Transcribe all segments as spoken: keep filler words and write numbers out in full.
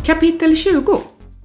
Kapitel tjugo.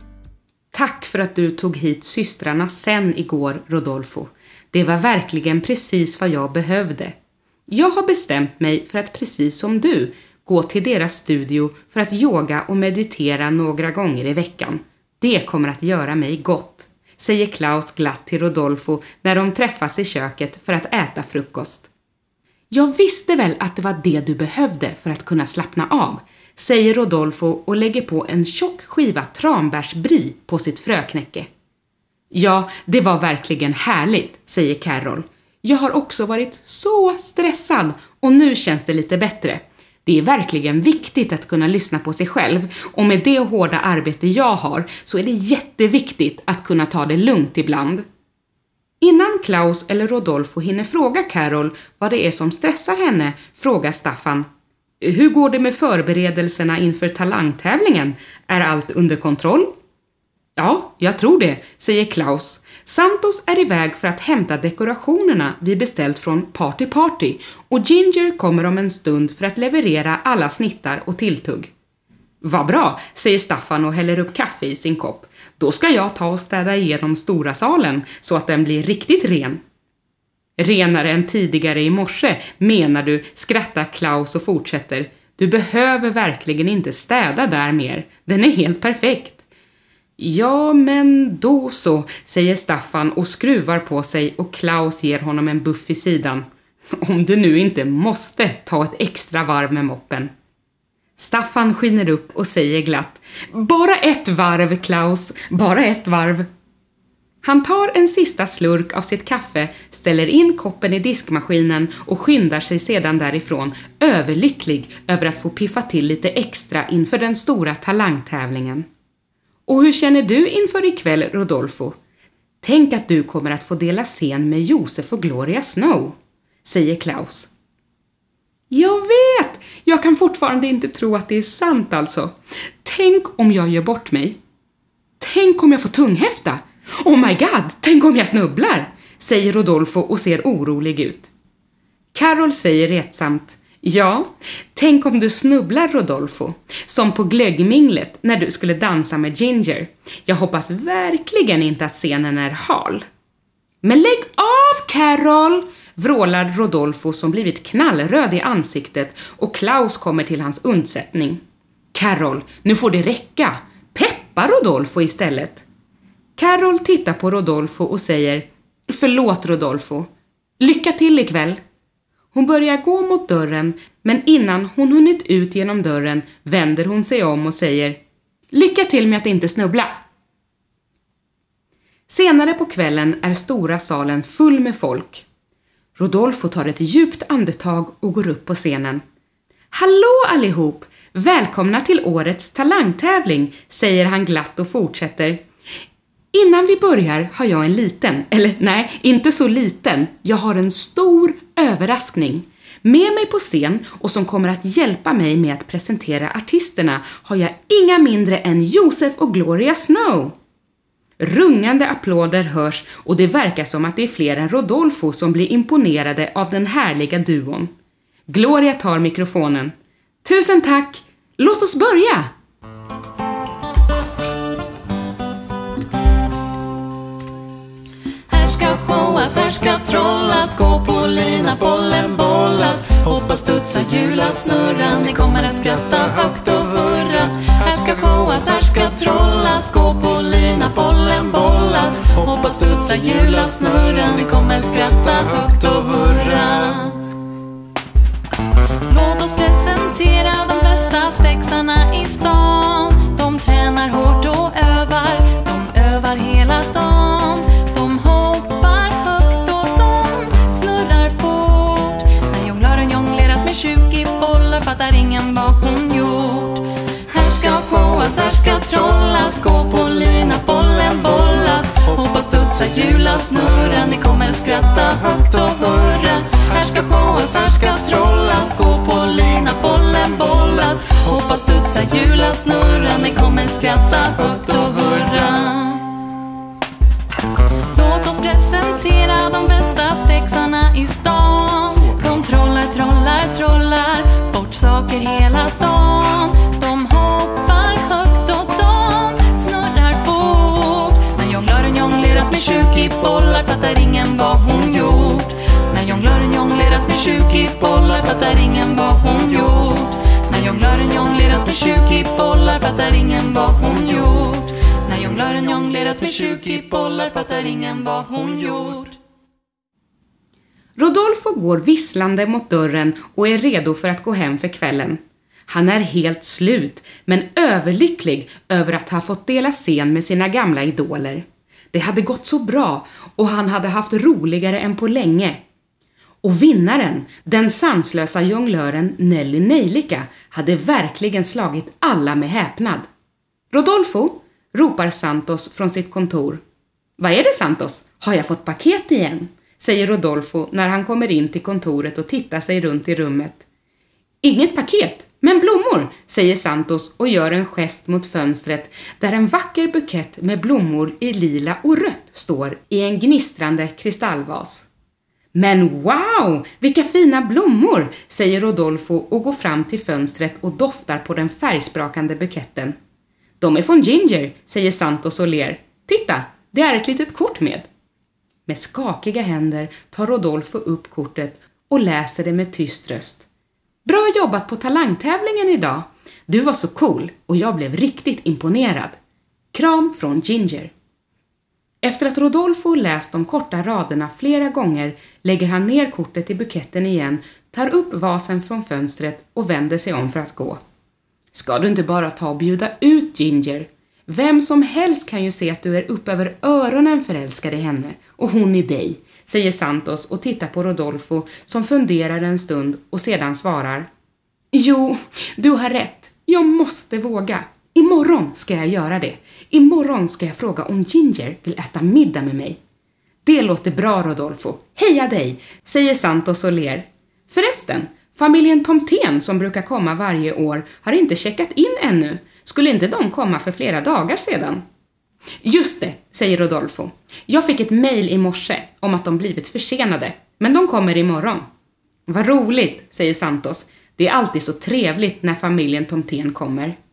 Tack för att du tog hit systrarna sen igår, Rodolfo. Det var verkligen precis vad jag behövde. Jag har bestämt mig för att precis som du gå till deras studio för att yoga och meditera några gånger i veckan. Det kommer att göra mig gott, säger Klaus glatt till Rodolfo när de träffas i köket för att äta frukost. Jag visste väl att det var det du behövde för att kunna slappna av, säger Rodolfo och lägger på en tjock skiva tranbärsbrie på sitt fröknäcke. Ja, det var verkligen härligt, säger Carol. Jag har också varit så stressad och nu känns det lite bättre. Det är verkligen viktigt att kunna lyssna på sig själv och med det hårda arbete jag har så är det jätteviktigt att kunna ta det lugnt ibland. Innan Klaus eller Rodolfo hinner fråga Carol vad det är som stressar henne frågar Staffan: hur går det med förberedelserna inför talangtävlingen? Är allt under kontroll? Ja, jag tror det, säger Klaus. Santos är iväg för att hämta dekorationerna vi beställt från Party Party och Ginger kommer om en stund för att leverera alla snittar och tilltugg. Vad bra, säger Staffan och häller upp kaffe i sin kopp. Då ska jag ta och städa igenom stora salen så att den blir riktigt ren. Renare än tidigare i morse, menar du, skrattar Klaus och fortsätter. Du behöver verkligen inte städa där mer. Den är helt perfekt. Ja, men då så, säger Staffan och skruvar på sig och Klaus ger honom en buff i sidan. Om du nu inte måste ta ett extra varv med moppen. Staffan skiner upp och säger glatt: bara ett varv, Klaus, bara ett varv. Han tar en sista slurk av sitt kaffe, ställer in koppen i diskmaskinen och skyndar sig sedan därifrån, överlycklig över att få piffa till lite extra inför den stora talangtävlingen. Och hur känner du inför ikväll, Rodolfo? Tänk att du kommer att få dela scen med Josef och Gloria Snow, säger Klaus. Jag vet! Jag kan fortfarande inte tro att det är sant alltså. Tänk om jag gör bort mig. Tänk om jag får tunghäfta. Oh my god, tänk om jag snubblar, säger Rodolfo och ser orolig ut. Carol säger retsamt: ja, tänk om du snubblar, Rodolfo. Som på glöggminglet när du skulle dansa med Ginger. Jag hoppas verkligen inte att scenen är hal. Men lägg av, Carol! Vrålar Rodolfo som blivit knallröd i ansiktet och Klaus kommer till hans undsättning. Carol, nu får det räcka. Peppa Rodolfo istället. Carol tittar på Rodolfo och säger: förlåt, Rodolfo. Lycka till ikväll. Hon börjar gå mot dörren, men innan hon hunnit ut genom dörren vänder hon sig om och säger: lycka till med att inte snubbla. Senare på kvällen är stora salen full med folk. Rodolfo tar ett djupt andetag och går upp på scenen. Hallå allihop! Välkomna till årets talangtävling, säger han glatt och fortsätter. Innan vi börjar har jag en liten, eller nej, inte så liten. Jag har en stor överraskning. Med mig på scen och som kommer att hjälpa mig med att presentera artisterna har jag inga mindre än Josef och Gloria Snow. Rungande applåder hörs och det verkar som att det är fler än Rodolfo som blir imponerade av den härliga duon. Gloria tar mikrofonen. Tusen tack! Låt oss börja! Här ska showas, här ska trollas, gå på lina, bollen bollas. Hoppa, studsa, hjula, snurra, ni kommer att skratta högt och hurra. Här ska showas, här ska trollas, gå på lina, bollen bollas. Hoppa, studsa, hjula, snurra, ni kommer skratta högt och hurra. Låt oss presentera de bästa spexarna i stan. De tränar hårt och övar, de övar hela dagen. De hoppar högt och de snurrar fort. När jonglören jonglerat med tjugo bollar fattar ingen vad hon gjort. Här ska showas, här ska trollas, gå på lina, bollen bollas. Hoppa, studsa, hjula, snurra, ni kommer skratta högt och hurra. Här ska showas, här ska trollas, gå på lina, bollen bollas. Hoppa, studsa, hjula, snurra, ni kommer skratta högt och hurra. Låt oss presentera de bästa spexarna i stan. De trollar, trollar, trollar bort saker hela dagen. De hoppar högt och fattar ingen vad hon gjort. När jonglören jonglerat med tjugo bollar fattar ingen vad hon gjort. Rodolfo går visslande mot dörren och är redo för att gå hem för kvällen. Han är helt slut, men överlycklig över att ha fått dela scen med sina gamla idoler. Det hade gått så bra och han hade haft roligare än på länge. Och vinnaren, den sanslösa jonglören Nelly Nejlika, hade verkligen slagit alla med häpnad. Rodolfo, ropar Santos från sitt kontor. Vad är det, Santos? Har jag fått paket igen? Säger Rodolfo när han kommer in till kontoret och tittar sig runt i rummet. Inget paket, men blommor, säger Santos och gör en gest mot fönstret där en vacker bukett med blommor i lila och rött står i en gnistrande kristallvas. Men wow, vilka fina blommor, säger Rodolfo och går fram till fönstret och doftar på den färgsprakande buketten. De är från Ginger, säger Santos och ler. Titta, det är ett litet kort med. Med skakiga händer tar Rodolfo upp kortet och läser det med tyst röst. Bra jobbat på talangtävlingen idag. Du var så cool och jag blev riktigt imponerad. Kram från Ginger. Efter att Rodolfo läst de korta raderna flera gånger lägger han ner kortet i buketten igen, tar upp vasen från fönstret och vänder sig om för att gå. Ska du inte bara ta och bjuda ut Ginger? Vem som helst kan ju se att du är upp över öronen förälskad i henne och hon i dig, säger Santos och tittar på Rodolfo som funderar en stund och sedan svarar. Jo, du har rätt. Jag måste våga. Imorgon ska jag göra det. Imorgon ska jag fråga om Ginger vill äta middag med mig. Det låter bra, Rodolfo. Heja dig, säger Santos och ler. Förresten, familjen Tomten som brukar komma varje år har inte checkat in ännu. Skulle inte de komma för flera dagar sedan? Just det, säger Rodolfo. Jag fick ett mejl i morse om att de blivit försenade, men de kommer imorgon. Vad roligt, säger Santos. Det är alltid så trevligt när familjen Tomten kommer.